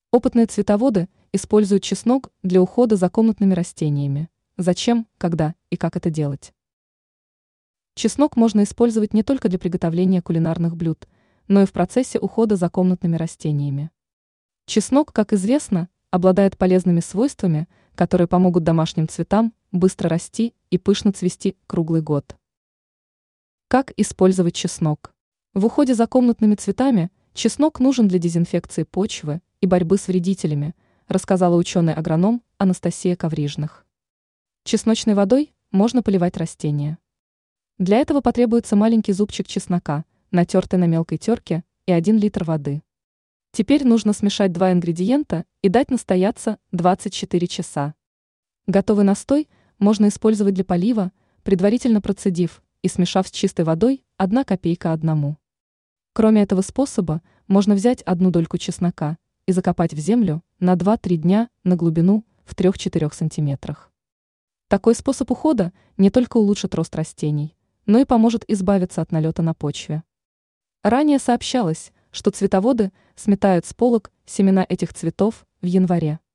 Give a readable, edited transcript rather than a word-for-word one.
Опытные цветоводы используют чеснок для ухода за комнатными растениями. Зачем, когда и как это делать? Чеснок можно использовать не только для приготовления кулинарных блюд, но и в процессе ухода за комнатными растениями. Чеснок, как известно, обладает полезными свойствами, которые помогут домашним цветам быстро расти и пышно цвести круглый год. Как использовать чеснок? В уходе за комнатными цветами чеснок нужен для дезинфекции почвы и борьбы с вредителями, рассказала ученый-агроном Анастасия Коврижных. Чесночной водой можно поливать растения. Для этого потребуется маленький зубчик чеснока, натертый на мелкой терке, и 1 литр воды. Теперь нужно смешать 2 ингредиента и дать настояться 24 часа. Готовый настой можно использовать для полива, предварительно процедив и смешав с чистой водой 1 капелька 1. Кроме этого способа, можно взять 1 дольку чеснока и закопать в землю на 2-3 дня на глубину в 3-4 сантиметрах. Такой способ ухода не только улучшит рост растений, но и поможет избавиться от налета на почве. Ранее сообщалось, что цветоводы сметают с полок семена этих цветов в январе.